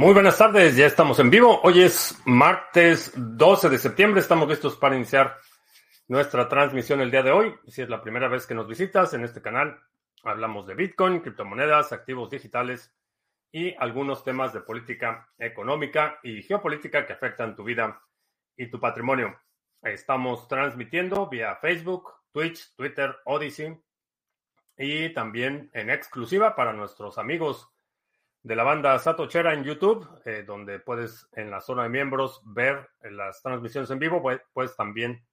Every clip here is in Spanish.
Muy buenas tardes, ya estamos en vivo. Hoy es martes 12 de septiembre. Estamos listos para iniciar nuestra transmisión el día de hoy. Si es la primera vez que nos visitas en este canal, hablamos de Bitcoin, criptomonedas, activos digitales y algunos temas de política económica y geopolítica que afectan tu vida y tu patrimonio. Estamos transmitiendo vía Facebook, Twitch, Twitter, Odyssey y también en exclusiva para nuestros amigos de la banda Satochera en YouTube, donde puedes en la zona de miembros ver las transmisiones en vivo. Pues también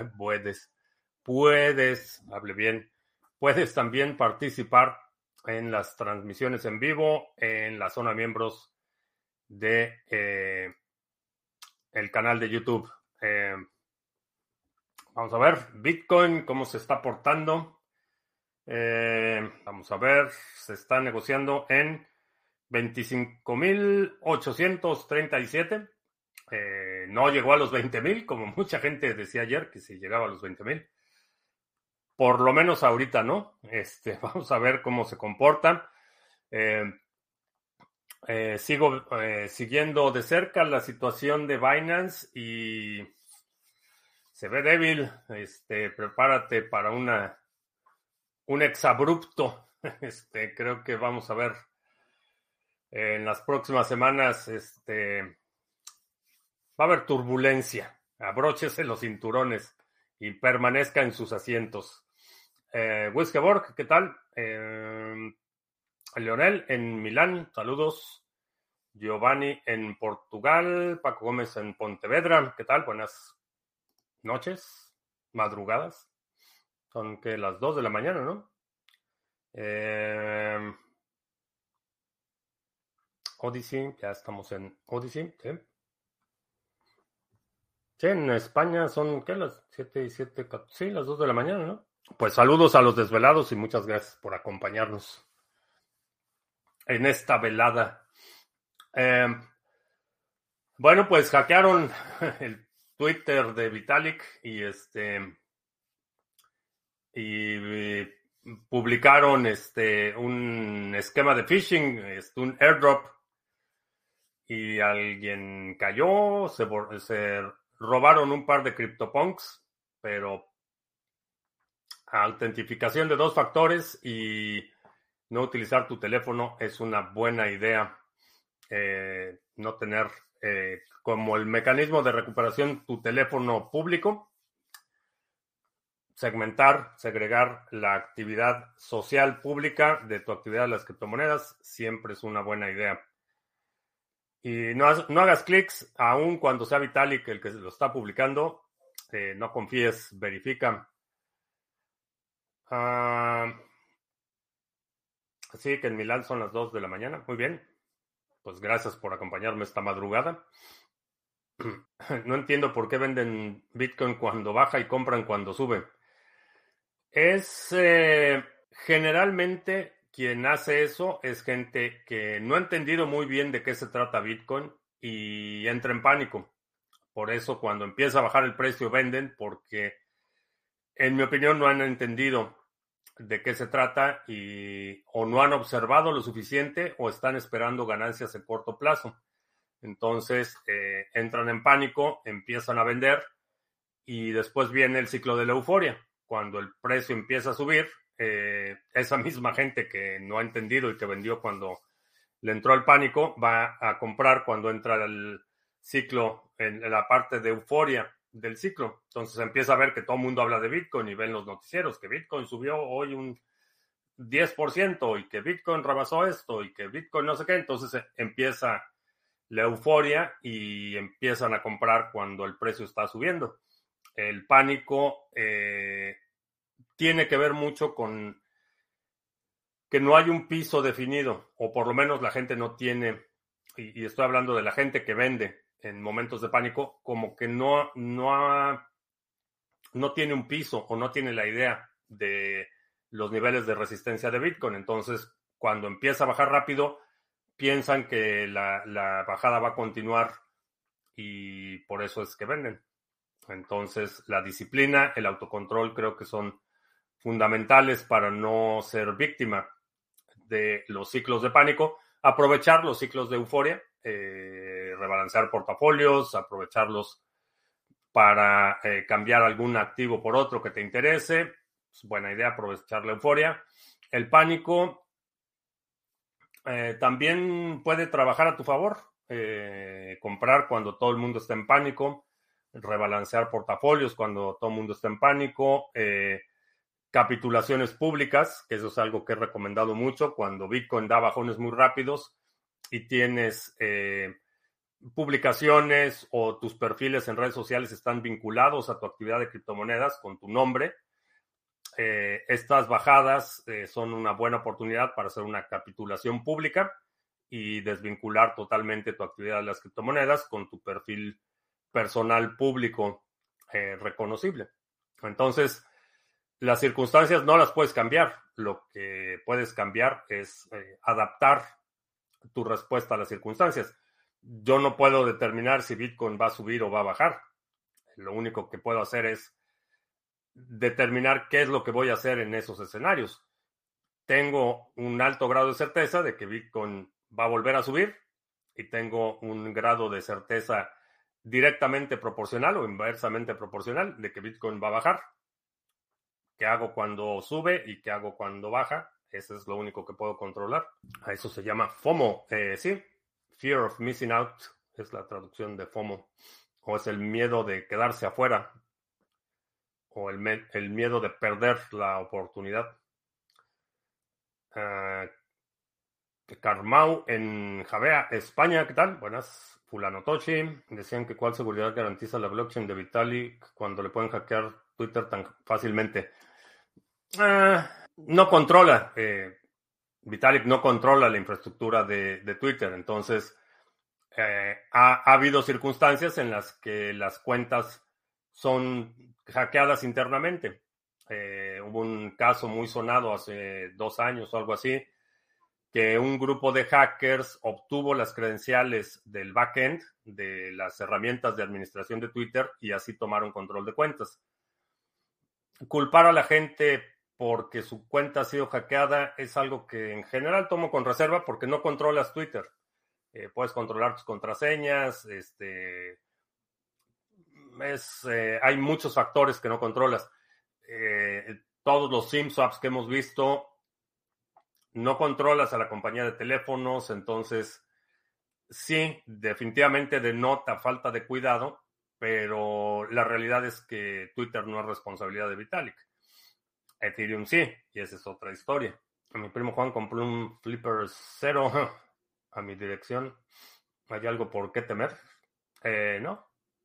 hable bien, puedes también participar en las transmisiones en vivo en la zona de miembros de el canal de YouTube. Vamos a ver Bitcoin cómo se está portando. Vamos a ver, se está negociando en 25,837. No llegó a los 20,000, como mucha gente decía ayer que si llegaba a los 20,000. Por lo menos ahorita no. Vamos a ver cómo se comporta. Sigo siguiendo de cerca la situación de Binance y se ve débil. Prepárate para un exabrupto. Creo que vamos a ver en las próximas semanas va a haber turbulencia. Abróchese los cinturones y permanezca en sus asientos. Wiskeborg, ¿qué tal? Leonel en Milán, saludos. Giovanni en Portugal. Paco Gómez en Pontevedra, ¿qué tal? Buenas noches, madrugadas. Son que las 2 de la mañana, ¿no? Odyssey, ya estamos en Odyssey, ¿sí? Sí, en España son, ¿qué? Las 7 y 7, sí, las 2 de la mañana, ¿no? Pues saludos a los desvelados y muchas gracias por acompañarnos en esta velada. Bueno, pues hackearon el Twitter de Vitalik y publicaron un esquema de phishing, un airdrop, y alguien cayó, se robaron un par de CryptoPunks, pero autentificación de 2 factores y no utilizar tu teléfono es una buena idea. No tener como el mecanismo de recuperación tu teléfono público. Segregar la actividad social pública de tu actividad de las criptomonedas siempre es una buena idea. Y no hagas clics, aun cuando sea Vitalik el que lo está publicando. No confíes, verifica. Sí, que en Milán son las 2 de la mañana. Muy bien. Pues gracias por acompañarme esta madrugada. No entiendo por qué venden Bitcoin cuando baja y compran cuando sube. Es generalmente quien hace eso es gente que no ha entendido muy bien de qué se trata Bitcoin y entra en pánico. Por eso cuando empieza a bajar el precio venden, porque en mi opinión no han entendido de qué se trata o no han observado lo suficiente o están esperando ganancias a corto plazo. Entonces entran en pánico, empiezan a vender y después viene el ciclo de la euforia. Cuando el precio empieza a subir, esa misma gente que no ha entendido y que vendió cuando le entró el pánico va a comprar cuando entra el ciclo, en la parte de euforia del ciclo. Entonces empieza a ver que todo el mundo habla de Bitcoin y ven los noticieros que Bitcoin subió hoy un 10% y que Bitcoin rebasó esto y que Bitcoin no sé qué. Entonces empieza la euforia y empiezan a comprar cuando el precio está subiendo. El pánico tiene que ver mucho con que no hay un piso definido, o por lo menos la gente no tiene, y estoy hablando de la gente que vende en momentos de pánico, como que no tiene un piso o no tiene la idea de los niveles de resistencia de Bitcoin. Entonces, cuando empieza a bajar rápido, piensan que la bajada va a continuar y por eso es que venden. Entonces, la disciplina, el autocontrol creo que son fundamentales para no ser víctima de los ciclos de pánico, aprovechar los ciclos de euforia rebalancear portafolios, aprovecharlos para cambiar algún activo por otro que te interese. Es buena idea aprovechar la euforia. El pánico también puede trabajar a tu favor. Comprar cuando todo el mundo está en pánico, rebalancear portafolios cuando todo el mundo está en pánico, capitulaciones públicas, que eso es algo que he recomendado mucho cuando Bitcoin da bajones muy rápidos y tienes publicaciones o tus perfiles en redes sociales están vinculados a tu actividad de criptomonedas con tu nombre. Estas bajadas son una buena oportunidad para hacer una capitulación pública y desvincular totalmente tu actividad de las criptomonedas con tu perfil personal público reconocible. Entonces, las circunstancias no las puedes cambiar. Lo que puedes cambiar es adaptar tu respuesta a las circunstancias. Yo no puedo determinar si Bitcoin va a subir o va a bajar. Lo único que puedo hacer es determinar qué es lo que voy a hacer en esos escenarios. Tengo un alto grado de certeza de que Bitcoin va a volver a subir y tengo un grado de certeza directamente proporcional o inversamente proporcional de que Bitcoin va a bajar. ¿Qué hago cuando sube y qué hago cuando baja? Eso es lo único que puedo controlar. A eso se llama FOMO. Sí, Fear of Missing Out es la traducción de FOMO. O es el miedo de quedarse afuera. O el miedo de perder la oportunidad. Carmau en Javea, España, ¿qué tal? Buenas, Fulano Tochi. Decían que cuál seguridad garantiza la blockchain de Vitalik cuando le pueden hackear Twitter tan fácilmente. No controla, Vitalik no controla la infraestructura de Twitter, entonces ha habido circunstancias en las que las cuentas son hackeadas internamente. Hubo un caso muy sonado hace 2 años o algo así, que un grupo de hackers obtuvo las credenciales del backend de las herramientas de administración de Twitter y así tomaron control de cuentas. Culpar a la gente porque su cuenta ha sido hackeada es algo que en general tomo con reserva porque no controlas Twitter. Puedes controlar tus contraseñas, hay muchos factores que no controlas. Todos los SIM swaps que hemos visto, no controlas a la compañía de teléfonos, entonces sí, definitivamente denota falta de cuidado, pero la realidad es que Twitter no es responsabilidad de Vitalik. Ethereum sí, y esa es otra historia. Mi primo Juan compró un Flipper 0 a mi dirección. ¿Hay algo por qué temer? No.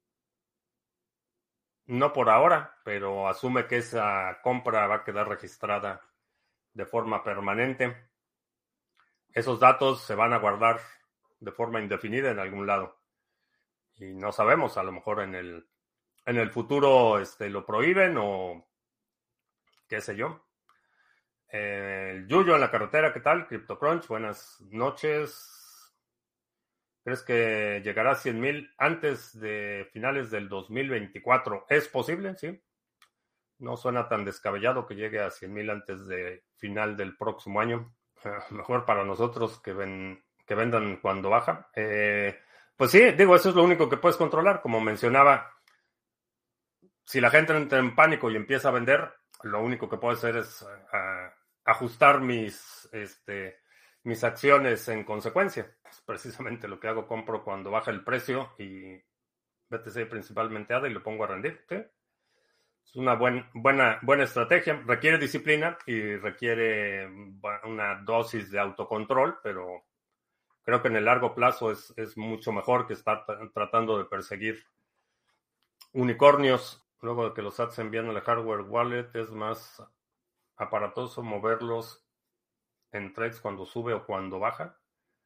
No por ahora, pero asume que esa compra va a quedar registrada de forma permanente. Esos datos se van a guardar de forma indefinida en algún lado. Y no sabemos, a lo mejor en el futuro lo prohíben o qué sé yo. El Yuyo en la carretera, ¿qué tal? CryptoCrunch, buenas noches. ¿Crees que llegará a 100,000 antes de finales del 2024? ¿Es posible? Sí. No suena tan descabellado que llegue a 100,000 antes de final del próximo año. Mejor para nosotros que vendan cuando baja. Pues sí, digo, eso es lo único que puedes controlar. Como mencionaba, si la gente entra en pánico y empieza a vender, lo único que puedo hacer es ajustar mis acciones en consecuencia. Es precisamente lo que hago, compro cuando baja el precio y BTC principalmente ADA y lo pongo a rendir. ¿Sí? Es una buena estrategia. Requiere disciplina y requiere una dosis de autocontrol, pero creo que en el largo plazo es mucho mejor que estar tratando de perseguir unicornios. Luego de que los sats envían a la hardware wallet, es más aparatoso moverlos en trades cuando sube o cuando baja.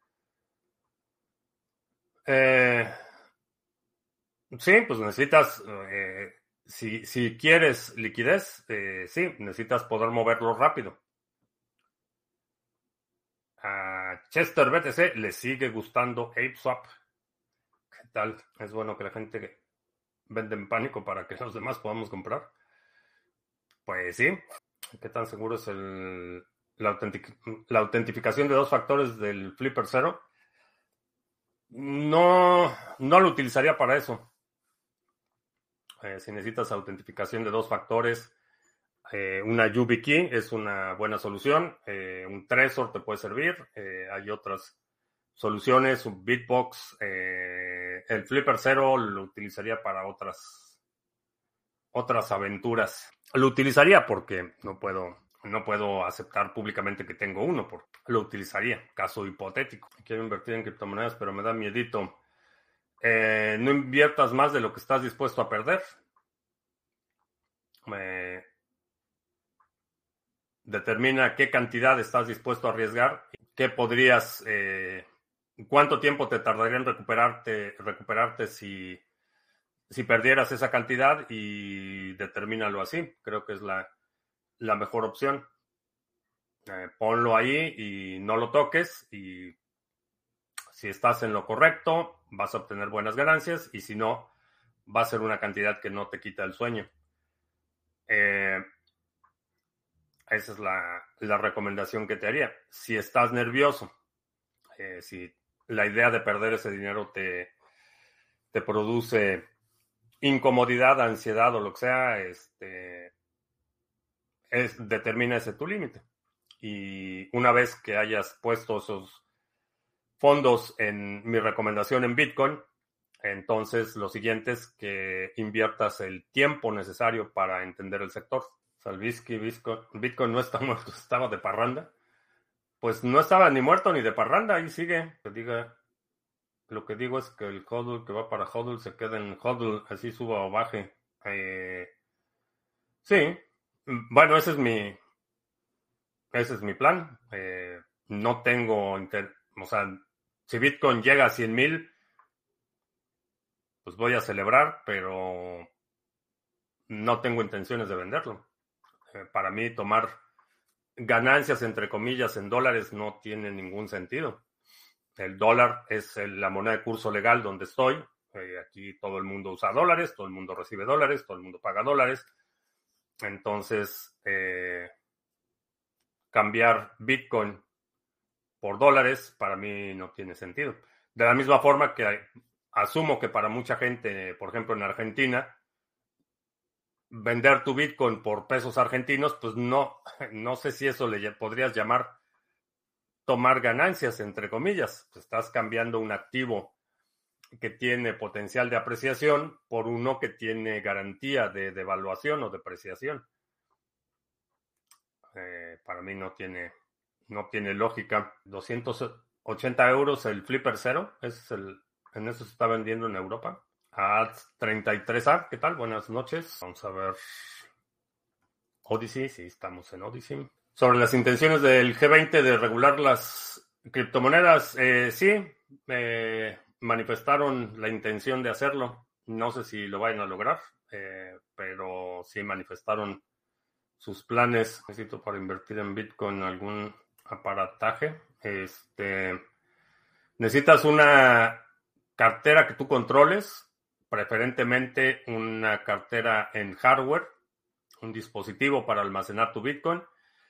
Sí, pues necesitas, si quieres liquidez, sí, necesitas poder moverlo rápido. A Chester BTC le sigue gustando ApeSwap. ¿Qué tal? Es bueno que la gente vende en pánico para que los demás podamos comprar. Pues sí. ¿Qué tan seguro es la autentificación de 2 factores del Flipper 0? No, no lo utilizaría para eso. Si necesitas autentificación de dos factores, una YubiKey es una buena solución. Un Trezor te puede servir. Hay otras soluciones, un Bitbox. El Flipper Cero lo utilizaría para otras aventuras. Lo utilizaría porque no puedo aceptar públicamente que tengo uno, porque lo utilizaría, caso hipotético. Quiero invertir en criptomonedas, pero me da miedito. No inviertas más de lo que estás dispuesto a perder. Determina qué cantidad estás dispuesto a arriesgar, cuánto tiempo te tardaría en recuperarte si perdieras esa cantidad y determínalo así. Creo que es la mejor opción. Ponlo ahí y no lo toques y si estás en lo correcto vas a obtener buenas ganancias y si no, va a ser una cantidad que no te quita el sueño. Esa es la recomendación que te haría. Si estás nervioso, si la idea de perder ese dinero te produce incomodidad, ansiedad o lo que sea, determina ese tu límite. Y una vez que hayas puesto esos fondos en mi recomendación en Bitcoin, entonces lo siguiente es que inviertas el tiempo necesario para entender el sector. Salvisky, Bitcoin no está muerto, estaba de parranda. Pues no estaba ni muerto ni de parranda, ahí sigue. Lo que digo es que el hodl que va para hodl se queda en hodl, así suba o baje. Sí, bueno, ese es mi plan. No tengo, o sea, si Bitcoin llega a 100,000, pues voy a celebrar, pero no tengo intenciones de venderlo. Para mí, tomar ganancias, entre comillas, en dólares no tiene ningún sentido. El dólar es la moneda de curso legal donde estoy. Aquí todo el mundo usa dólares, todo el mundo recibe dólares, todo el mundo paga dólares. Entonces, cambiar Bitcoin por dólares para mí no tiene sentido. De la misma forma que asumo que para mucha gente, por ejemplo en Argentina, vender tu Bitcoin por pesos argentinos, pues no sé si eso le podrías llamar tomar ganancias, entre comillas. Estás cambiando un activo que tiene potencial de apreciación por uno que tiene garantía de devaluación o depreciación. Para mí no tiene lógica. 280 euros el Flipper Cero, en eso se está vendiendo en Europa. A33A, ¿qué tal? Buenas noches. Vamos a ver Odyssey, sí, estamos en Odyssey. Sobre las intenciones del G20 de regular las criptomonedas, sí, manifestaron la intención de hacerlo. No sé si lo vayan a lograr, pero sí manifestaron sus planes. Necesito para invertir en Bitcoin algún aparataje. Necesitas una cartera que tú controles, preferentemente una cartera en hardware, un dispositivo para almacenar tu Bitcoin.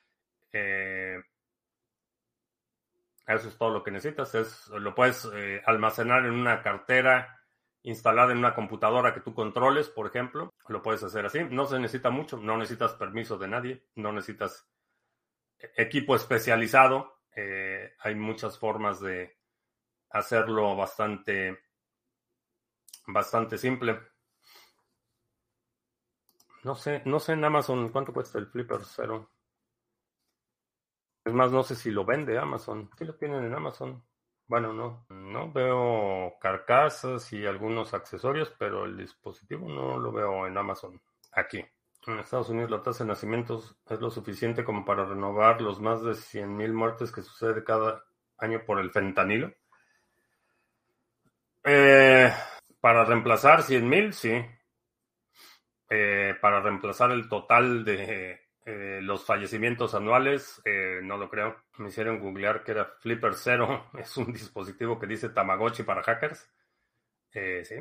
Eso es todo lo que necesitas. Lo puedes almacenar en una cartera instalada en una computadora que tú controles, por ejemplo. Lo puedes hacer así. No se necesita mucho, no necesitas permiso de nadie, no necesitas equipo especializado. Hay muchas formas de hacerlo bastante simple. No sé en Amazon cuánto cuesta el Flipper Cero. Es más, no sé si lo vende Amazon. ¿Sí lo tienen en Amazon? Bueno, no veo carcasas y algunos accesorios, pero el dispositivo no lo veo en Amazon. Aquí. En Estados Unidos la tasa de nacimientos es lo suficiente como para renovar los más de 100,000 muertes que sucede cada año por el fentanilo. Para reemplazar 100,000, sí. Para reemplazar el total de los fallecimientos anuales, no lo creo. Me hicieron googlear que era Flipper Zero. Es un dispositivo que dice Tamagotchi para hackers. Sí.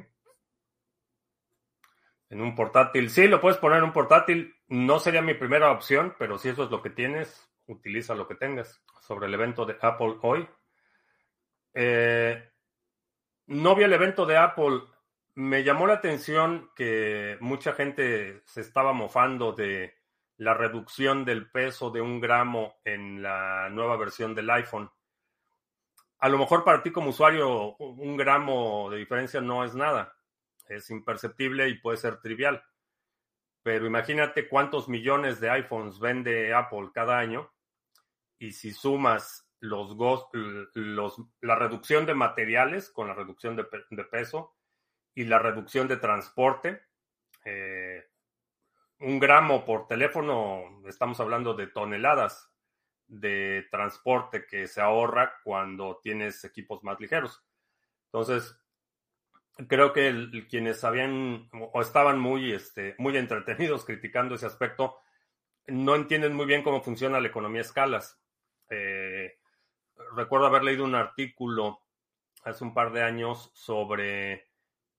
En un portátil. Sí, lo puedes poner en un portátil. No sería mi primera opción, pero si eso es lo que tienes, utiliza lo que tengas. Sobre el evento de Apple hoy. No vi el evento de Apple. Me llamó la atención que mucha gente se estaba mofando de la reducción del peso de 1 gramo en la nueva versión del iPhone. A lo mejor para ti como usuario 1 gramo de diferencia no es nada. Es imperceptible y puede ser trivial. Pero imagínate cuántos millones de iPhones vende Apple cada año y si sumas la reducción de materiales con la reducción de peso y la reducción de transporte, eh, 1 gramo por teléfono, estamos hablando de toneladas de transporte que se ahorra cuando tienes equipos más ligeros. Entonces, creo que quienes habían o estaban muy entretenidos criticando ese aspecto, no entienden muy bien cómo funciona la economía a escalas. Eh, Recuerdo haber leído un artículo hace un par de años sobre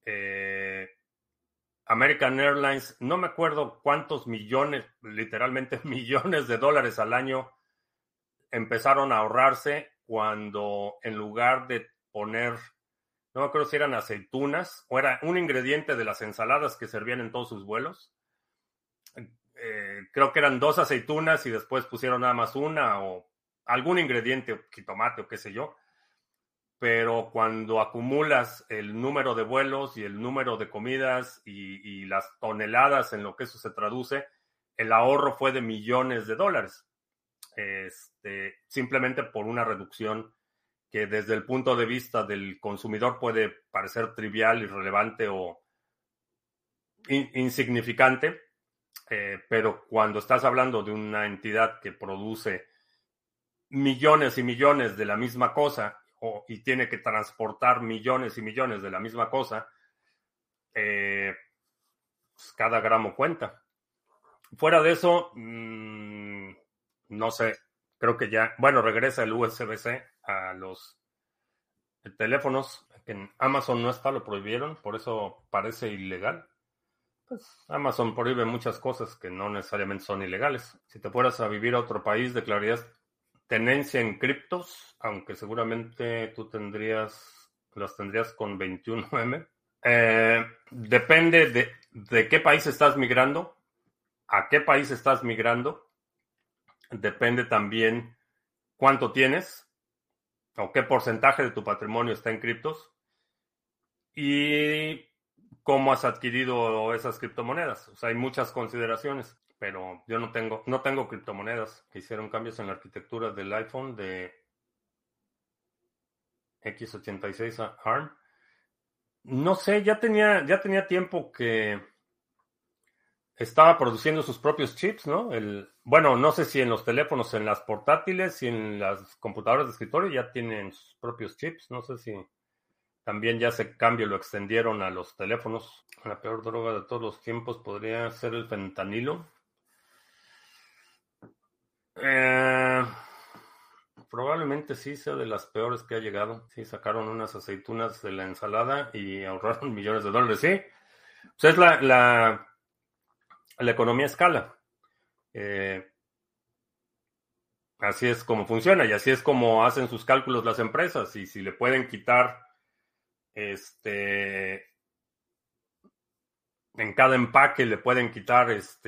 American Airlines. No me acuerdo cuántos millones, literalmente millones de dólares al año empezaron a ahorrarse cuando en lugar de poner, no me acuerdo si eran aceitunas o era un ingrediente de las ensaladas que servían en todos sus vuelos. Creo que eran 2 aceitunas y después pusieron nada más una o algún ingrediente, jitomate o qué sé yo. Pero cuando acumulas el número de vuelos y el número de comidas y las toneladas en lo que eso se traduce, el ahorro fue de millones de dólares. Simplemente por una reducción que desde el punto de vista del consumidor puede parecer trivial, irrelevante o insignificante, pero cuando estás hablando de una entidad que produce millones y millones de la misma cosa y tiene que transportar millones y millones de la misma cosa, pues cada gramo cuenta. Fuera de eso, no sé, creo que ya, bueno, regresa el USB-C a los teléfonos, que en Amazon no está, lo prohibieron, por eso parece ilegal. Pues Amazon prohíbe muchas cosas que no necesariamente son ilegales. Si te fueras a vivir a otro país, declararías tenencia en criptos, aunque seguramente tú las tendrías con 21M. Depende de qué país estás migrando, a qué país estás migrando. Depende también cuánto tienes o qué porcentaje de tu patrimonio está en criptos y cómo has adquirido esas criptomonedas. O sea, hay muchas consideraciones, pero yo no tengo criptomonedas. Hicieron cambios en la arquitectura del iPhone de x86 a ARM. No sé, ya tenía tiempo que estaba produciendo sus propios chips, ¿no? Bueno, no sé si en los teléfonos, en las portátiles y en las computadoras de escritorio ya tienen sus propios chips. No sé si también ya ese cambio lo extendieron a los teléfonos. La peor droga de todos los tiempos podría ser el fentanilo. Probablemente sí sea de las peores que ha llegado. Sí, sacaron unas aceitunas de la ensalada y ahorraron millones de dólares. Sí, pues es la economía a escala. Así es como funciona y así es como hacen sus cálculos las empresas. Y si le pueden quitar en cada empaque le pueden quitar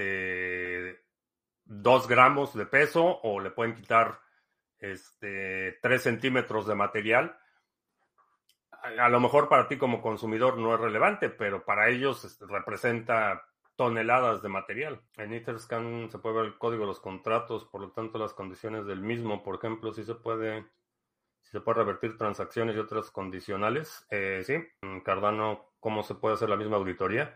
2 gramos de peso o le pueden quitar 3 centímetros de material. A lo mejor para ti como consumidor no es relevante, pero para ellos representa toneladas de material. En Etherscan se puede ver el código de los contratos, por lo tanto las condiciones del mismo. Por ejemplo, si se puede revertir transacciones y otras condicionales. Sí, en Cardano, ¿cómo se puede hacer la misma auditoría?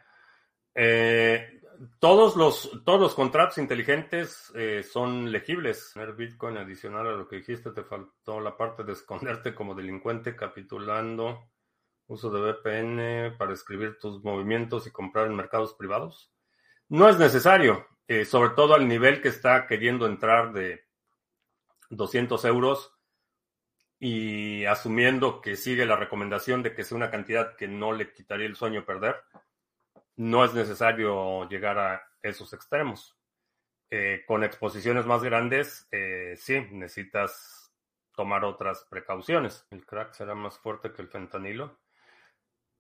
Todos los contratos inteligentes son legibles. Tener Bitcoin adicional a lo que dijiste, te faltó la parte de esconderte como delincuente, capitulando, uso de VPN para escribir tus movimientos y comprar en mercados privados. No es necesario, sobre todo al nivel que está queriendo entrar de 200 euros y asumiendo que sigue la recomendación de que sea una cantidad que no le quitaría el sueño perder. No es necesario llegar a esos extremos. Con exposiciones más grandes, sí, necesitas tomar otras precauciones. El crack será más fuerte que el fentanilo.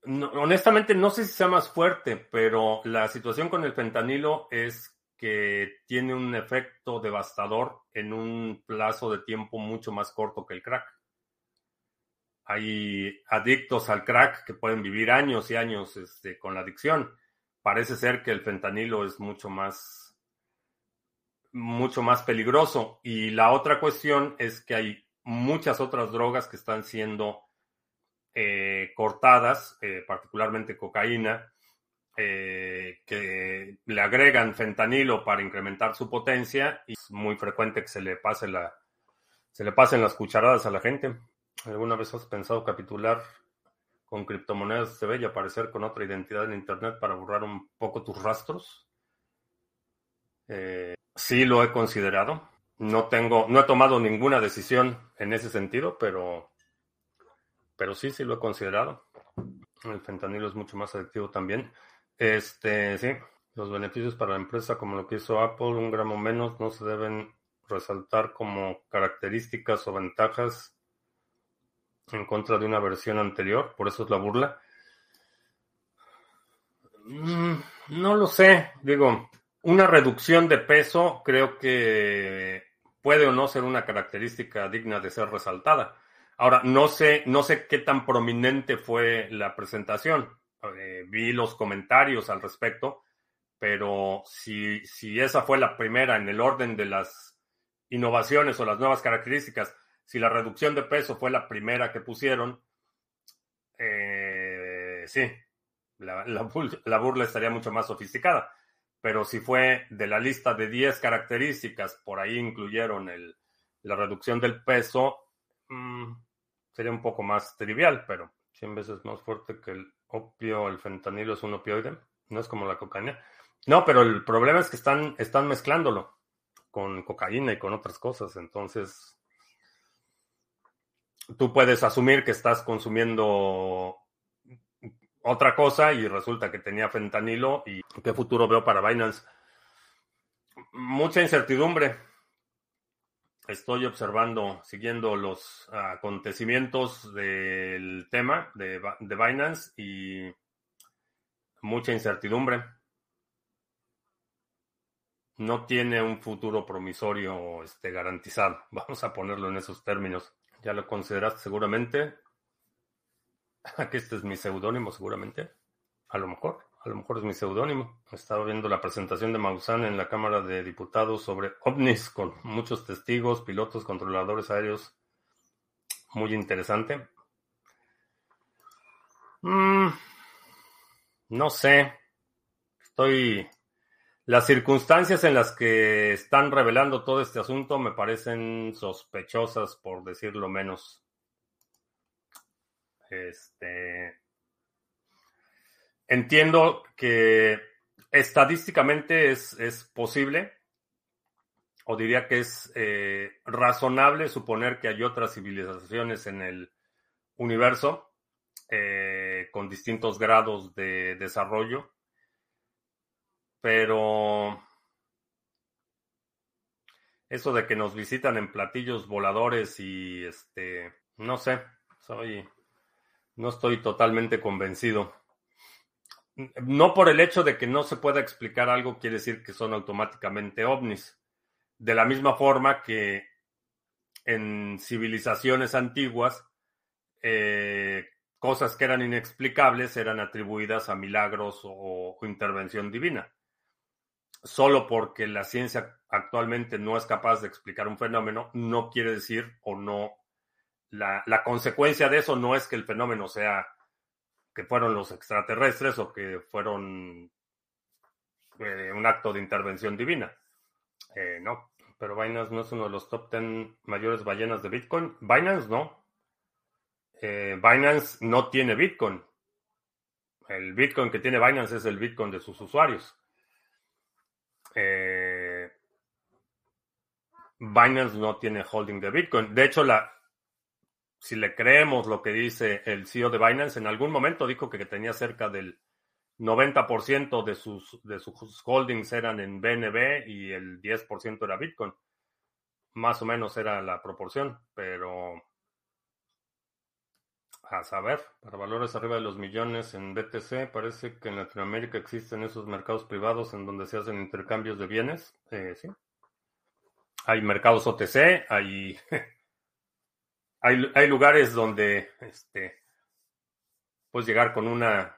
honestamente, no sé si sea más fuerte, pero la situación con el fentanilo es que tiene un efecto devastador en un plazo de tiempo mucho más corto que el crack. Hay adictos al crack que pueden vivir años y años con la adicción. Parece ser que el fentanilo es mucho más peligroso. Y la otra cuestión es que hay muchas otras drogas que están siendo cortadas, particularmente cocaína, que le agregan fentanilo para incrementar su potencia y es muy frecuente que se le pasen las cucharadas a la gente. ¿Alguna vez has pensado capitular con criptomonedas de y aparecer con otra identidad en Internet para borrar un poco tus rastros? Sí lo he considerado. No he tomado ninguna decisión en ese sentido, pero sí lo he considerado. El fentanilo es mucho más adictivo también. Sí, los beneficios para la empresa, como lo que hizo Apple, un gramo menos, no se deben resaltar como características o ventajas en contra de una versión anterior, por eso es la burla. No lo sé, digo, una reducción de peso creo que puede o no ser una característica digna de ser resaltada. Ahora, no sé qué tan prominente fue la presentación. Vi los comentarios al respecto, pero si esa fue la primera en el orden de las innovaciones o las nuevas características, si la reducción de peso fue la primera que pusieron, sí, la burla estaría mucho más sofisticada. Pero si fue de la lista de 10 características, por ahí incluyeron la reducción del peso, sería un poco más trivial, pero 100 veces más fuerte que el opio, el fentanilo es un opioide, no es como la cocaína. No, pero el problema es que están mezclándolo con cocaína y con otras cosas, entonces tú puedes asumir que estás consumiendo otra cosa y resulta que tenía fentanilo. ¿Y qué futuro veo para Binance? Mucha incertidumbre. Estoy observando, siguiendo los acontecimientos del tema de Binance y mucha incertidumbre. No tiene un futuro promisorio garantizado. Vamos a ponerlo en esos términos. Ya lo consideraste seguramente. Aquí este es mi seudónimo seguramente. A lo mejor es mi seudónimo. Estaba viendo la presentación de Maussan en la Cámara de Diputados sobre ovnis con muchos testigos, pilotos, controladores aéreos. Muy interesante. No sé. Estoy. Las circunstancias en las que están revelando todo este asunto me parecen sospechosas, por decirlo menos. Entiendo que estadísticamente es posible, o diría que es razonable suponer que hay otras civilizaciones en el universo con distintos grados de desarrollo, pero eso de que nos visitan en platillos voladores y no sé, no estoy totalmente convencido. No por el hecho de que no se pueda explicar algo quiere decir que son automáticamente ovnis. De la misma forma que en civilizaciones antiguas, cosas que eran inexplicables eran atribuidas a milagros o intervención divina. Solo porque la ciencia actualmente no es capaz de explicar un fenómeno, no quiere decir o no, la consecuencia de eso no es que el fenómeno sea que fueron los extraterrestres o que fueron un acto de intervención divina. No, pero Binance no es uno de los top 10 mayores ballenas de Bitcoin. Binance no. Binance no tiene Bitcoin. El Bitcoin que tiene Binance es el Bitcoin de sus usuarios. Binance no tiene holding de Bitcoin. De hecho, si le creemos lo que dice el CEO de Binance, en algún momento dijo que tenía cerca del 90% de sus holdings eran en BNB y el 10% era Bitcoin. Más o menos era la proporción, pero A saber, para valores arriba de los millones en BTC, parece que en Latinoamérica existen esos mercados privados en donde se hacen intercambios de bienes. Sí. Hay mercados OTC, hay lugares donde puedes llegar con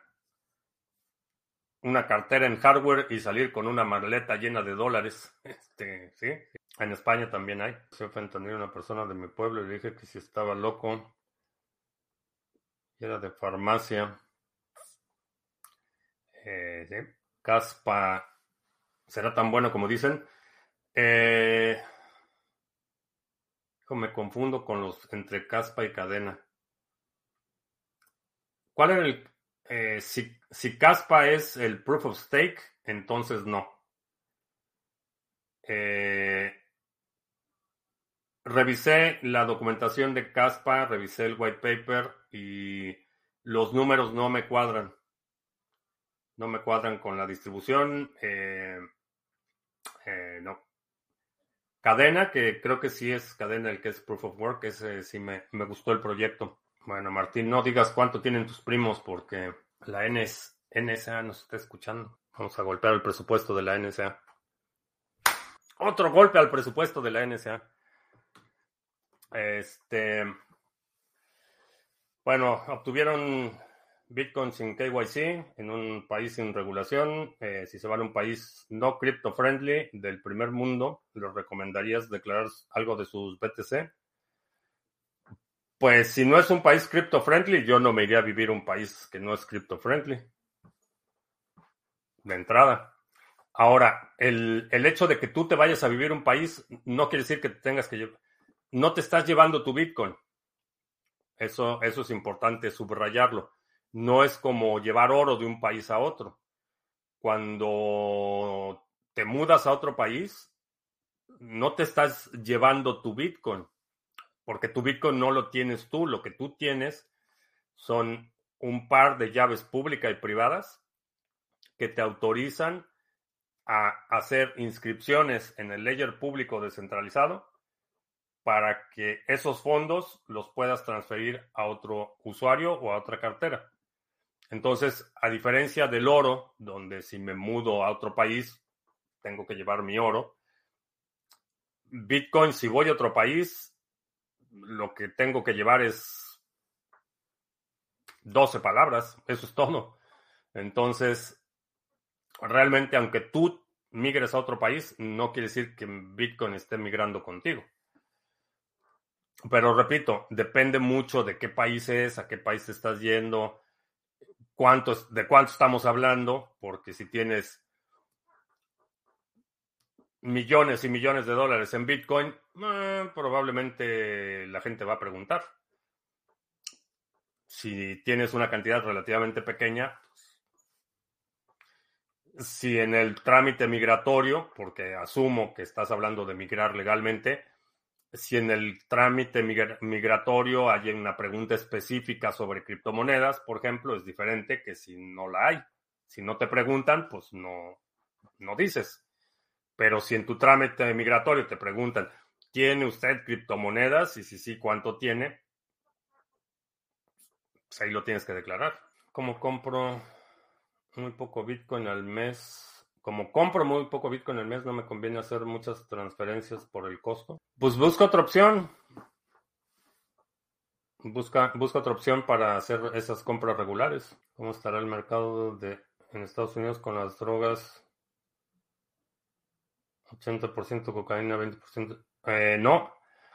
una cartera en hardware y salir con una maleta llena de dólares. Sí. En España también hay. Se ofendió a una persona de mi pueblo y le dije que si estaba loco y era de farmacia. Sí. Caspa, ¿será tan bueno como dicen? Eh, me confundo con los entre caspa y cadena. ¿Cuál era el? Si caspa es el proof of stake, entonces no. Eh, Revisé la documentación de caspa, revisé el white paper y los números no me cuadran. No me cuadran con la distribución. No. Cadena, que creo que sí es cadena el que es proof of work, ese sí me gustó el proyecto. Bueno, Martín, no digas cuánto tienen tus primos porque la NSA nos está escuchando. Vamos a golpear el presupuesto de la NSA. Otro golpe al presupuesto de la NSA. Bueno, obtuvieron Bitcoin sin KYC en un país sin regulación. Si se van a un país no crypto friendly del primer mundo, ¿les recomendarías declarar algo de sus BTC? Pues si no es un país crypto friendly, yo no me iría a vivir a un país que no es crypto friendly. De entrada. Ahora, el hecho de que tú te vayas a vivir a un país no quiere decir que tengas que llevar. No te estás llevando tu Bitcoin. Eso es importante subrayarlo. No es como llevar oro de un país a otro. Cuando te mudas a otro país, no te estás llevando tu Bitcoin, porque tu Bitcoin no lo tienes tú. Lo que tú tienes son un par de llaves públicas y privadas que te autorizan a hacer inscripciones en el ledger público descentralizado para que esos fondos los puedas transferir a otro usuario o a otra cartera. Entonces, a diferencia del oro, donde si me mudo a otro país, tengo que llevar mi oro, Bitcoin, si voy a otro país, lo que tengo que llevar es 12 palabras, eso es todo. Entonces, realmente, aunque tú migres a otro país, no quiere decir que Bitcoin esté migrando contigo. Pero repito, depende mucho de qué país es, a qué país te estás yendo, de cuánto estamos hablando, porque si tienes millones y millones de dólares en Bitcoin, probablemente la gente va a preguntar. Si tienes una cantidad relativamente pequeña, si en el trámite migratorio, porque asumo que estás hablando de migrar legalmente, si en el trámite migratorio hay una pregunta específica sobre criptomonedas, por ejemplo, es diferente que si no la hay. Si no te preguntan, pues no dices. Pero si en tu trámite migratorio te preguntan, ¿tiene usted criptomonedas? Y si sí, ¿cuánto tiene? Pues ahí lo tienes que declarar. Como compro muy poco Bitcoin al mes, como compro muy poco Bitcoin al mes, no me conviene hacer muchas transferencias por el costo. Pues busca otra opción. Busca otra opción para hacer esas compras regulares. ¿Cómo estará el mercado en Estados Unidos con las drogas? 80% cocaína, 20%. No,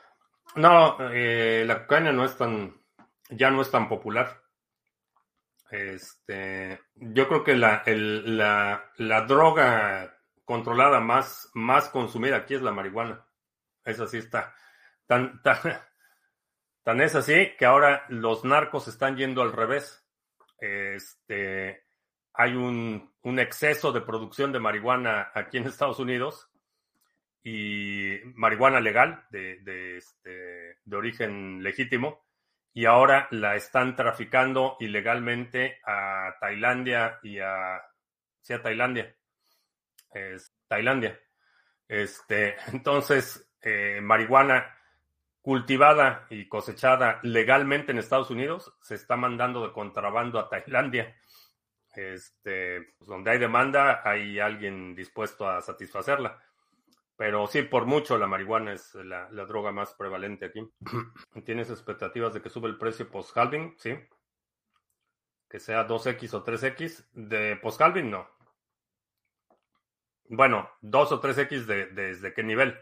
la cocaína ya no es tan popular. Yo creo que la droga controlada más consumida aquí es la marihuana. Esa sí está tan, tan, tan es así que ahora los narcos están yendo al revés. Hay un exceso de producción de marihuana aquí en Estados Unidos y marihuana legal de origen legítimo y ahora la están traficando ilegalmente a Tailandia sí, a Tailandia, es Tailandia. Entonces, marihuana cultivada y cosechada legalmente en Estados Unidos se está mandando de contrabando a Tailandia. Pues donde hay demanda, hay alguien dispuesto a satisfacerla. Pero sí, por mucho la marihuana es la droga más prevalente aquí. ¿Tienes expectativas de que sube el precio post-halving? Sí. Que sea 2X o 3X. De post-halving, no. Bueno, 2 o 3X ¿desde qué nivel?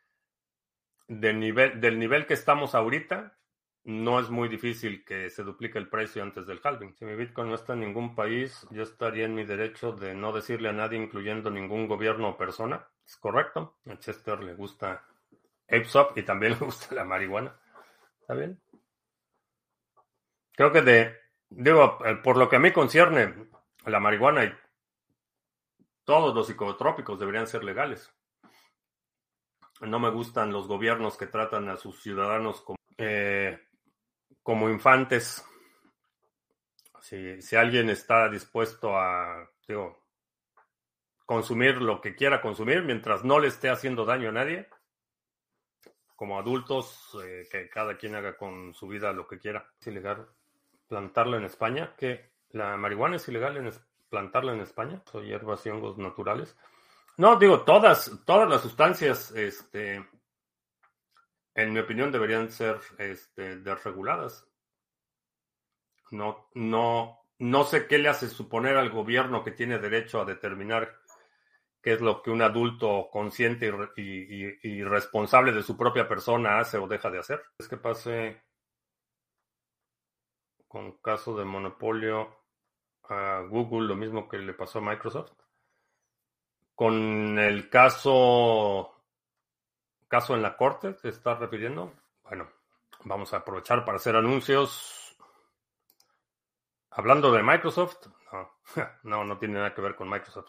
Del nivel que estamos ahorita, no es muy difícil que se duplique el precio antes del halving. Si mi Bitcoin no está en ningún país, yo estaría en mi derecho de no decirle a nadie, incluyendo ningún gobierno o persona. Es correcto. A Chester le gusta ApeSwap y también le gusta la marihuana. ¿Está bien? Creo que por lo que a mí concierne, la marihuana y todos los psicotrópicos deberían ser legales. No me gustan los gobiernos que tratan a sus ciudadanos como infantes. Si alguien está dispuesto a, consumir lo que quiera consumir mientras no le esté haciendo daño a nadie, como adultos, que cada quien haga con su vida lo que quiera. Es ilegal plantarla en España, que la marihuana es ilegal plantarla en España, son hierbas y hongos naturales. No, todas las sustancias, en mi opinión, deberían ser desreguladas. No sé qué le hace suponer al gobierno que tiene derecho a determinar qué es lo que un adulto consciente y responsable de su propia persona hace o deja de hacer. Es que pase con caso de monopolio a Google lo mismo que le pasó a Microsoft. Con el caso en la corte, ¿te estás refiriendo? Bueno, vamos a aprovechar para hacer anuncios. Hablando de Microsoft, no tiene nada que ver con Microsoft.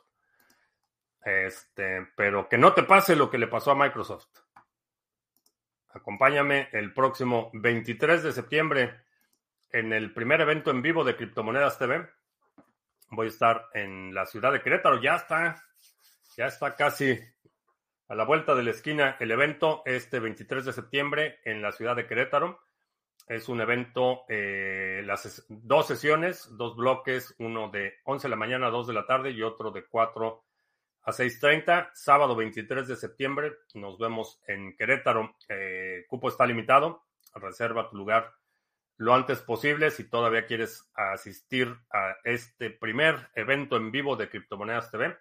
Pero que no te pase lo que le pasó a Microsoft. Acompáñame el próximo 23 de septiembre en el primer evento en vivo de Criptomonedas TV. Voy a estar en la ciudad de Querétaro. Ya está casi a la vuelta de la esquina el evento, 23 de septiembre en la ciudad de Querétaro. Es un evento, las dos sesiones, dos bloques, uno de 11 de la mañana a 2 de la tarde y otro de 4 a 6:30. Sábado 23 de septiembre, nos vemos en Querétaro. Cupo está limitado, reserva tu lugar lo antes posible si todavía quieres asistir a este primer evento en vivo de Criptomonedas TV.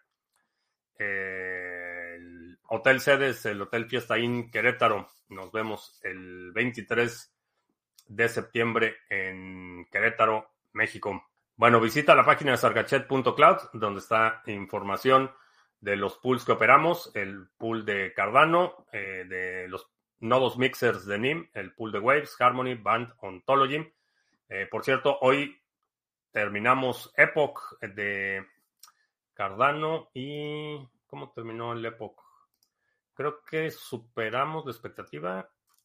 El hotel sede es el Hotel Fiesta Inn Querétaro. Nos vemos el 23 de septiembre en Querétaro, México. Bueno, visita la página de sargachet.cloud donde está información de los pools que operamos, el pool de Cardano, de los nodos mixers de NIM, el pool de Waves, Harmony, Band, Ontology. Por cierto, hoy terminamos Epoch de Cardano y... ¿Cómo terminó el Epoch? Creo que superamos la expectativa.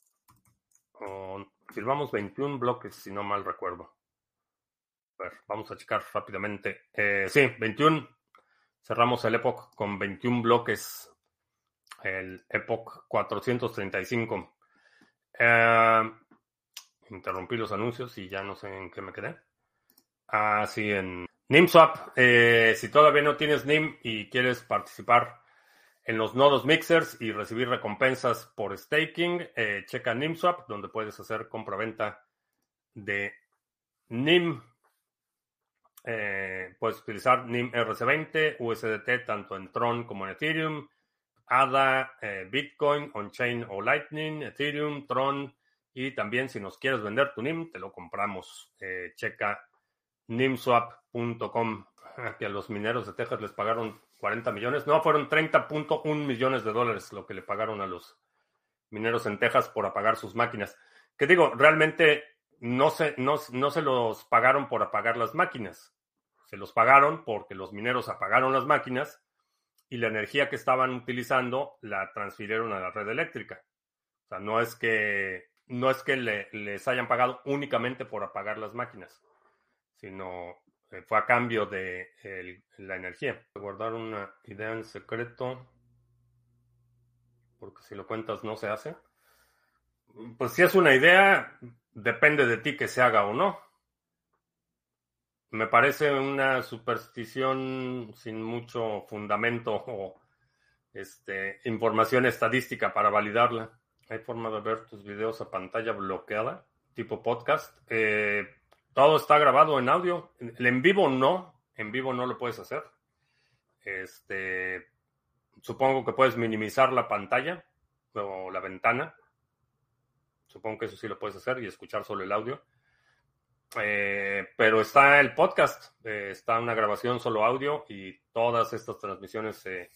Firmamos 21 bloques, si no mal recuerdo. A ver, vamos a checar rápidamente. Sí, 21. Cerramos el Epoch con 21 bloques. El Epoch 435. Interrumpí los anuncios y ya no sé en qué me quedé. Sí, en NIMSwap. Si todavía no tienes NIM y quieres participar en los nodos mixers y recibir recompensas por staking, checa NIMSwap, donde puedes hacer compra-venta de NIM. Puedes utilizar NIM RC20, USDT, tanto en Tron como en Ethereum, ADA, Bitcoin, On-Chain o Lightning, Ethereum, Tron, y también si nos quieres vender tu NIM, te lo compramos. Checa nimswap.com. Que a los mineros de Texas les pagaron 40 millones. No, fueron 30.1 millones de dólares lo que le pagaron a los mineros en Texas por apagar sus máquinas. Que digo, realmente no se los pagaron por apagar las máquinas. Se los pagaron porque los mineros apagaron las máquinas y la energía que estaban utilizando la transfirieron a la red eléctrica. O sea, no es que les hayan pagado únicamente por apagar las máquinas, sino fue a cambio de la energía. Guardar una idea en secreto, porque si lo cuentas no se hace. Pues si es una idea, depende de ti que se haga o no. Me parece una superstición sin mucho fundamento o información estadística para validarla. Hay forma de ver tus videos a pantalla bloqueada, tipo podcast. Todo está grabado en audio. El en vivo no lo puedes hacer. Supongo que puedes minimizar la pantalla o la ventana. Supongo que eso sí lo puedes hacer y escuchar solo el audio. Pero está el podcast, está una grabación solo audio y todas estas transmisiones se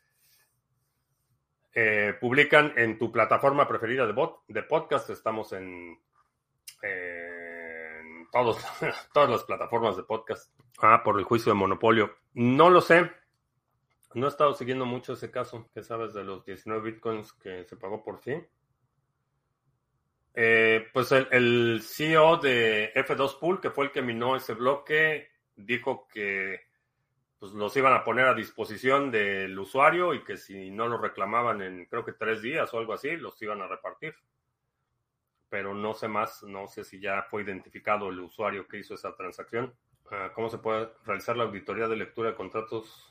publican en tu plataforma preferida de podcast. Estamos en todas las plataformas de podcast. Por el juicio de monopolio. No lo sé. No he estado siguiendo mucho ese caso. ¿Qué sabes de los 19 bitcoins que se pagó por fin? Pues el CEO de F2 Pool, que fue el que minó ese bloque, dijo que pues, los iban a poner a disposición del usuario y que si no lo reclamaban en creo que 3 días o algo así, los iban a repartir. Pero no sé más, no sé si ya fue identificado el usuario que hizo esa transacción. ¿Cómo se puede realizar la auditoría de lectura de contratos?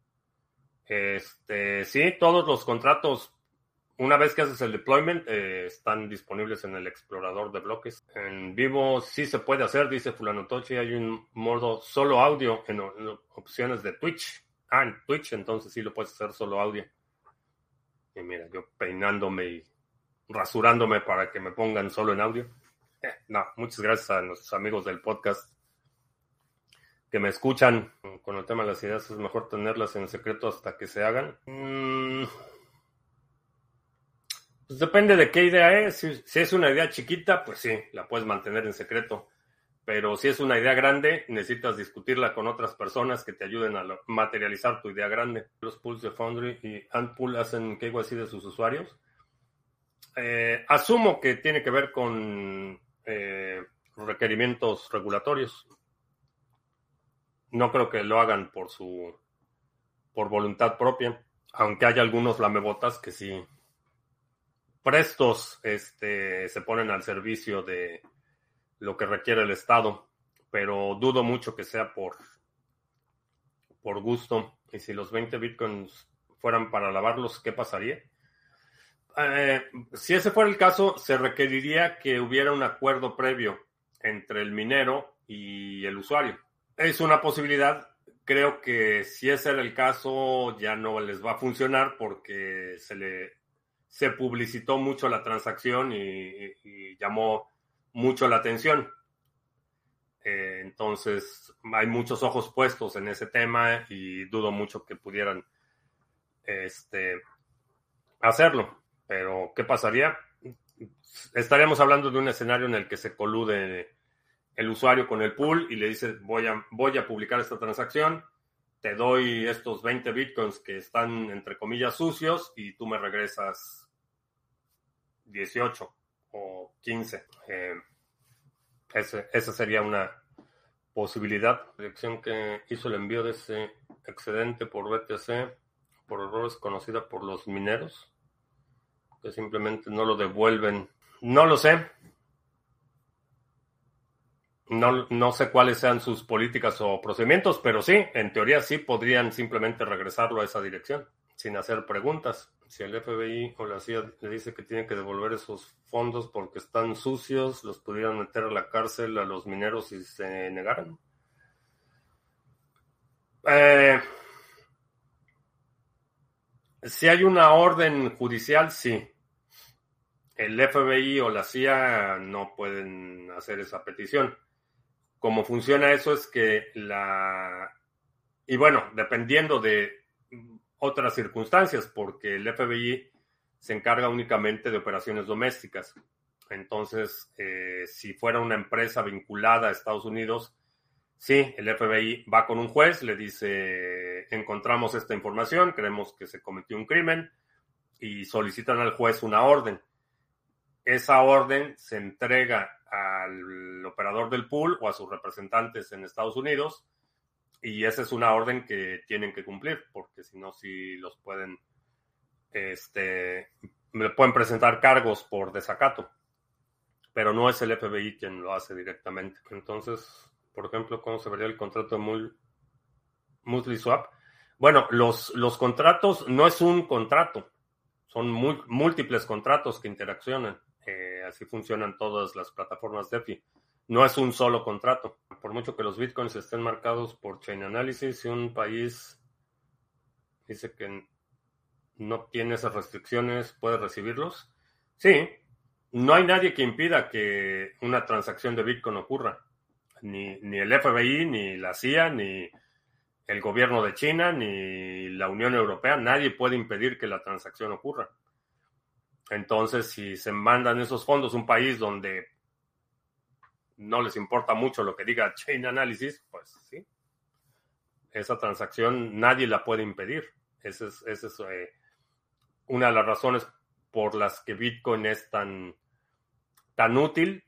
Sí, todos los contratos, una vez que haces el deployment, están disponibles en el explorador de bloques. En vivo sí se puede hacer, dice Fulano Tochi. Hay un modo solo audio en opciones de Twitch. En Twitch, entonces sí lo puedes hacer solo audio. Y mira, yo peinándome y rasurándome para que me pongan solo en audio. No, muchas gracias a nuestros amigos del podcast que me escuchan. Con el tema de las ideas es mejor tenerlas en secreto hasta que se hagan. Pues depende de qué idea es. Si es una idea chiquita, pues sí, la puedes mantener en secreto. Pero si es una idea grande, necesitas discutirla con otras personas que te ayuden a materializar tu idea grande. Los pools de Foundry y Antpool hacen KYC de sus usuarios. Asumo que tiene que ver con requerimientos regulatorios. No creo que lo hagan por voluntad propia, aunque hay algunos lamebotas que sí prestos se ponen al servicio de lo que requiere el Estado, pero dudo mucho que sea por gusto. Y si los 20 bitcoins fueran para lavarlos, ¿qué pasaría? Si ese fuera el caso, se requeriría que hubiera un acuerdo previo entre el minero y el usuario. Es una posibilidad. Creo que si ese era el caso, ya no les va a funcionar porque se publicitó mucho la transacción y llamó mucho la atención. Entonces, hay muchos ojos puestos en ese tema y dudo mucho que pudieran hacerlo. Pero, ¿qué pasaría? Estaríamos hablando de un escenario en el que se colude el usuario con el pool y le dice, voy a publicar esta transacción, te doy estos 20 bitcoins que están, entre comillas, sucios y tú me regresas 18 o 15. Esa sería una posibilidad. La dirección que hizo el envío de ese excedente por BTC por errores conocida por los mineros, que simplemente no lo devuelven. No lo sé. No sé cuáles sean sus políticas o procedimientos, pero sí, en teoría sí podrían simplemente regresarlo a esa dirección sin hacer preguntas. Si el FBI o la CIA le dice que tiene que devolver esos fondos porque están sucios, los pudieran meter a la cárcel a los mineros si se negaran. Si hay una orden judicial, sí. El FBI o la CIA no pueden hacer esa petición. Cómo funciona eso es que y bueno, dependiendo de otras circunstancias, porque el FBI se encarga únicamente de operaciones domésticas. Entonces, si fuera una empresa vinculada a Estados Unidos, sí, el FBI va con un juez, le dice, encontramos esta información, creemos que se cometió un crimen, y solicitan al juez una orden. Esa orden se entrega al operador del pool o a sus representantes en Estados Unidos y esa es una orden que tienen que cumplir porque si no, sí los pueden, me pueden presentar cargos por desacato. pero no es el FBI quien lo hace directamente. Entonces, por ejemplo, ¿cómo se vería el contrato de MusliSwap? Bueno, los contratos no es un contrato, son múltiples contratos que interaccionan. Así funcionan todas las plataformas DeFi. No es un solo contrato. Por mucho que los bitcoins estén marcados por Chain Analysis, si un país dice que no tiene esas restricciones, ¿puede recibirlos? Sí, no hay nadie que impida que una transacción de Bitcoin ocurra. Ni el FBI, ni la CIA, ni el gobierno de China, ni la Unión Europea. Nadie puede impedir que la transacción ocurra. Entonces, si se mandan esos fondos a un país donde no les importa mucho lo que diga Chain Analysis, pues sí, esa transacción nadie la puede impedir. Esa es una de las razones por las que Bitcoin es tan útil,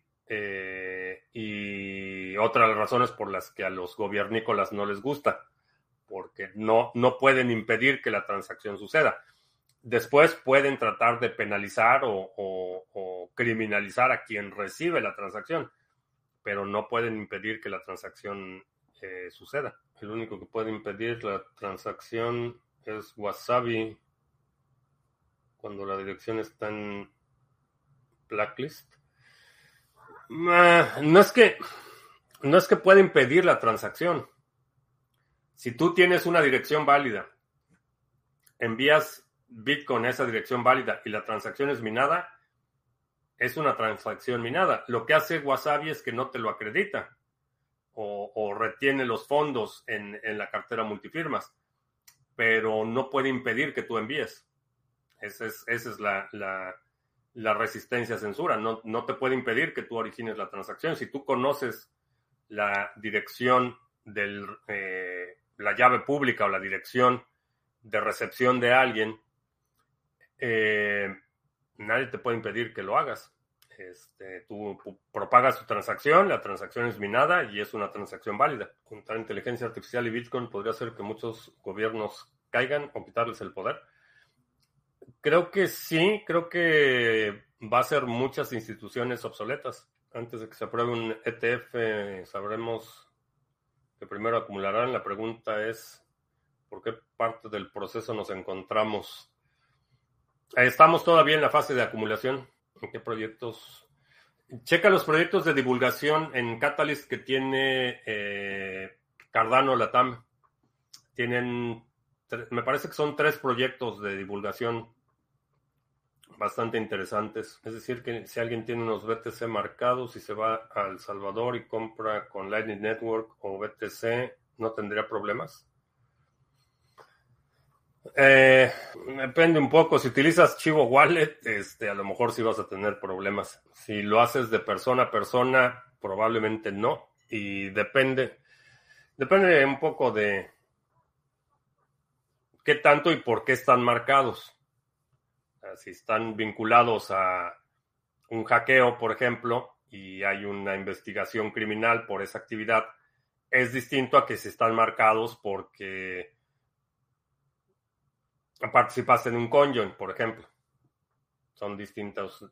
y otra de las razones por las que a los gobiernícolas no les gusta, porque no pueden impedir que la transacción suceda. Después pueden tratar de penalizar o criminalizar a quien recibe la transacción, pero no pueden impedir que la transacción suceda. El único que puede impedir la transacción es Wasabi cuando la dirección está en blacklist. No es que pueda impedir la transacción. Si tú tienes una dirección válida, envías Bitcoin a esa dirección válida y la transacción es minada, es una transacción minada. Lo que hace Wasabi es que no te lo acredita o retiene los fondos en la cartera multifirmas, pero no puede impedir que tú envíes. Esa es la resistencia a censura. No te puede impedir que tú origines la transacción. Si tú conoces la dirección la llave pública o la dirección de recepción de alguien, nadie te puede impedir que lo hagas. Tú propagas tu transacción, la transacción es minada y es una transacción válida. Juntar inteligencia artificial y Bitcoin podría hacer que muchos gobiernos caigan o quitarles el poder. Creo que sí, creo que va a ser muchas instituciones obsoletas. Antes de que se apruebe un ETF, sabremos que primero acumularán. La pregunta es, ¿por qué parte del proceso nos encontramos? Estamos todavía en la fase de acumulación. ¿En qué proyectos? Checa los proyectos de divulgación en Catalyst que tiene Cardano Latam. Tienen, me parece que son 3 proyectos de divulgación bastante interesantes. Es decir, que si alguien tiene unos BTC marcados y se va a El Salvador y compra con Lightning Network o BTC, ¿no tendría problemas? Depende un poco. Si utilizas Chivo Wallet, a lo mejor sí vas a tener problemas. Si lo haces de persona a persona, probablemente no. Y depende un poco de qué tanto y por qué están marcados. Si están vinculados a un hackeo, por ejemplo, y hay una investigación criminal por esa actividad, es distinto a que si están marcados porque participaste en un conjoin, por ejemplo. Son distintos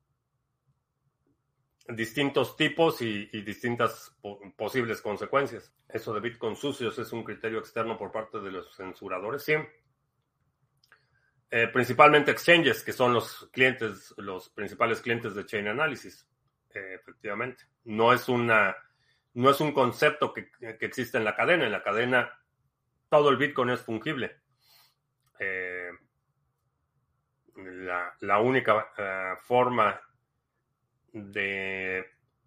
tipos y distintas posibles consecuencias. Eso de Bitcoin sucios es un criterio externo por parte de los censuradores, sí. Principalmente exchanges, que son los principales clientes de Chain Analysis. Efectivamente. No es un concepto que existe en la cadena. En la cadena todo el Bitcoin es fungible. La única forma de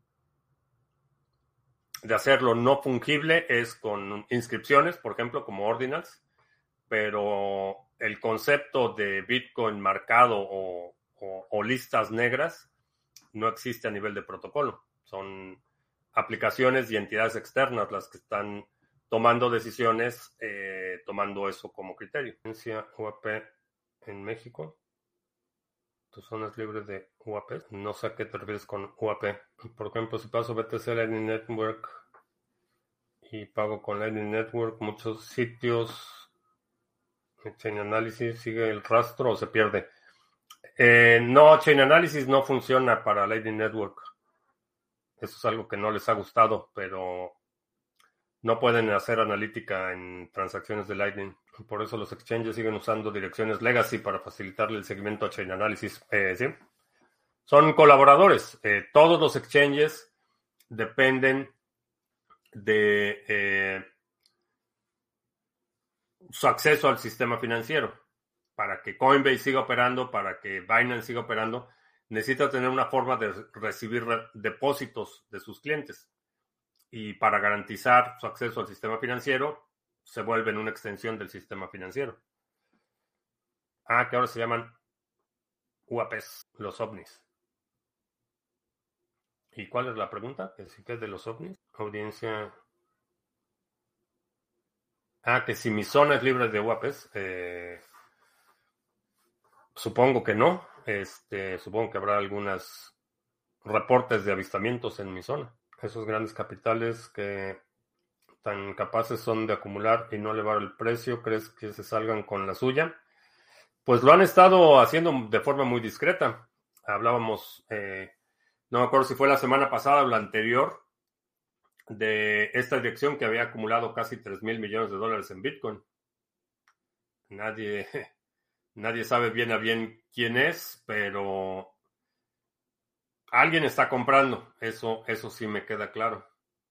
hacerlo no fungible es con inscripciones, por ejemplo, como ordinals, pero el concepto de Bitcoin marcado o listas negras no existe a nivel de protocolo. Son aplicaciones y entidades externas las que están tomando decisiones, tomando eso como criterio. UAP en México. ¿Tu zona es libre de UAP? No sé a qué te refieres con UAP. Por ejemplo, si paso BTC Lightning Network y pago con Lightning Network, muchos sitios, Chain Analysis sigue el rastro o se pierde. No, Chain Analysis no funciona para Lightning Network. Eso es algo que no les ha gustado, pero no pueden hacer analítica en transacciones de Lightning. Por eso los exchanges siguen usando direcciones legacy para facilitarle el seguimiento a Chain Analysis. Sí, son colaboradores. Todos los exchanges dependen de su acceso al sistema financiero. Para que Coinbase siga operando, para que Binance siga operando, necesita tener una forma de recibir depósitos de sus clientes. Y para garantizar su acceso al sistema financiero, se vuelven una extensión del sistema financiero. Que ahora se llaman UAPs, los ovnis. ¿Y cuál es la pregunta? ¿Que sí que es de los ovnis? Audiencia. Que si mi zona es libre de UAPs. Supongo que no. Supongo que habrá algunos reportes de avistamientos en mi zona. Esos grandes capitales que tan capaces son de acumular y no elevar el precio, ¿crees que se salgan con la suya? Pues lo han estado haciendo de forma muy discreta. Hablábamos, no me acuerdo si fue la semana pasada o la anterior, de esta dirección que había acumulado casi $3,000 millones en Bitcoin. Nadie sabe bien a bien quién es, pero alguien está comprando. Eso sí me queda claro.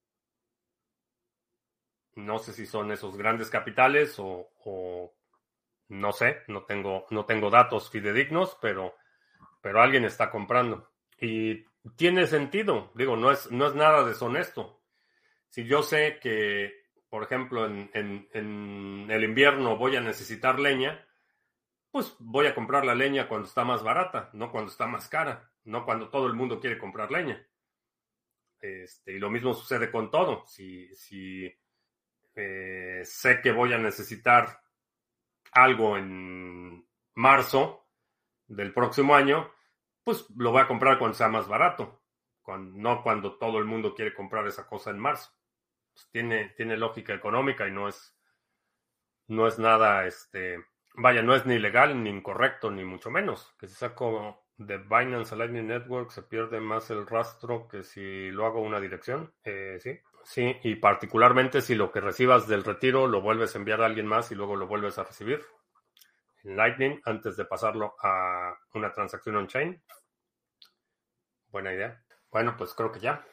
No sé si son esos grandes capitales o no sé, no tengo datos fidedignos, pero alguien está comprando. Y tiene sentido, digo, no es nada deshonesto. Si yo sé que, por ejemplo, en el invierno voy a necesitar leña, pues voy a comprar la leña cuando está más barata, no cuando está más cara, no cuando todo el mundo quiere comprar leña. Y lo mismo sucede con todo. Si sé que voy a necesitar algo en marzo del próximo año, pues lo voy a comprar cuando sea más barato, no cuando todo el mundo quiere comprar esa cosa en marzo. Pues tiene lógica económica y no es nada, vaya, no es ni legal ni incorrecto, ni mucho menos. Que si saco de Binance a Lightning Network se pierde más el rastro que si lo hago una dirección. Sí, y particularmente si lo que recibas del retiro lo vuelves a enviar a alguien más y luego lo vuelves a recibir en Lightning antes de pasarlo a una transacción on-chain. Buena idea. Bueno, pues creo que ya.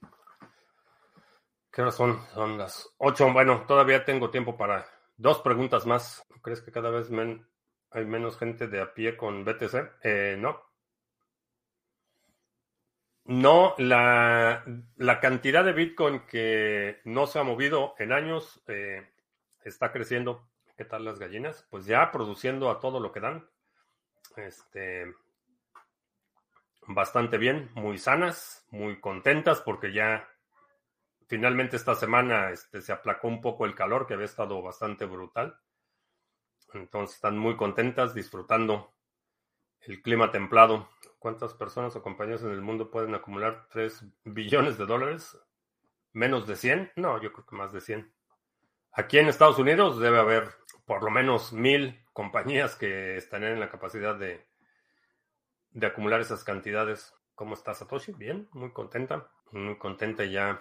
¿Qué horas son? Son las 8. Bueno, todavía tengo tiempo para 2 preguntas más. ¿Crees que cada vez hay menos gente de a pie con BTC? No. No, la cantidad de Bitcoin que no se ha movido en años está creciendo. ¿Qué tal las gallinas? Pues ya produciendo a todo lo que dan. Bastante bien, muy sanas, muy contentas porque ya finalmente esta semana se aplacó un poco el calor que había estado bastante brutal. Entonces están muy contentas disfrutando el clima templado. ¿Cuántas personas o compañías en el mundo pueden acumular $3 billones? ¿Menos de 100? No, yo creo que más de 100. Aquí en Estados Unidos debe haber por lo menos 1,000 compañías que están en la capacidad de acumular esas cantidades. ¿Cómo está Satoshi? Bien, muy contenta ya.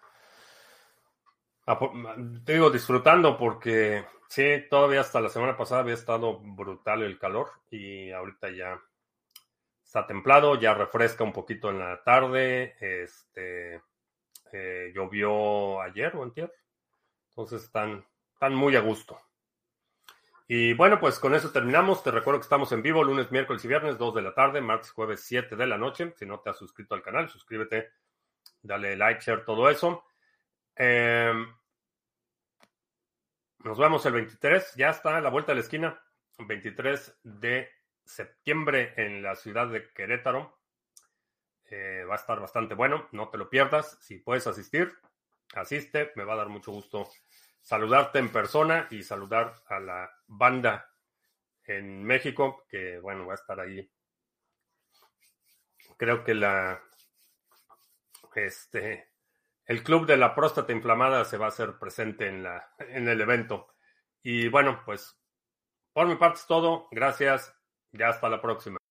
Te digo, disfrutando porque sí, todavía hasta la semana pasada había estado brutal el calor y ahorita ya está templado, ya refresca un poquito en la tarde. Llovió ayer o antier, entonces están muy a gusto. Y bueno, pues con eso terminamos. Te recuerdo que estamos en vivo lunes, miércoles y viernes, 2 de la tarde, martes, jueves, 7 de la noche. Si no te has suscrito al canal, suscríbete, dale like, share, todo eso. Nos vemos el 23, ya está a la vuelta de la esquina, 23 de septiembre en la ciudad de Querétaro. Va a estar bastante bueno, no te lo pierdas. Si puedes asistir, asiste, me va a dar mucho gusto saludarte en persona y saludar a la banda en México, que bueno, va a estar ahí. Creo que el club de la próstata inflamada se va a hacer presente en el evento. Y bueno, pues por mi parte es todo. Gracias. Ya hasta la próxima.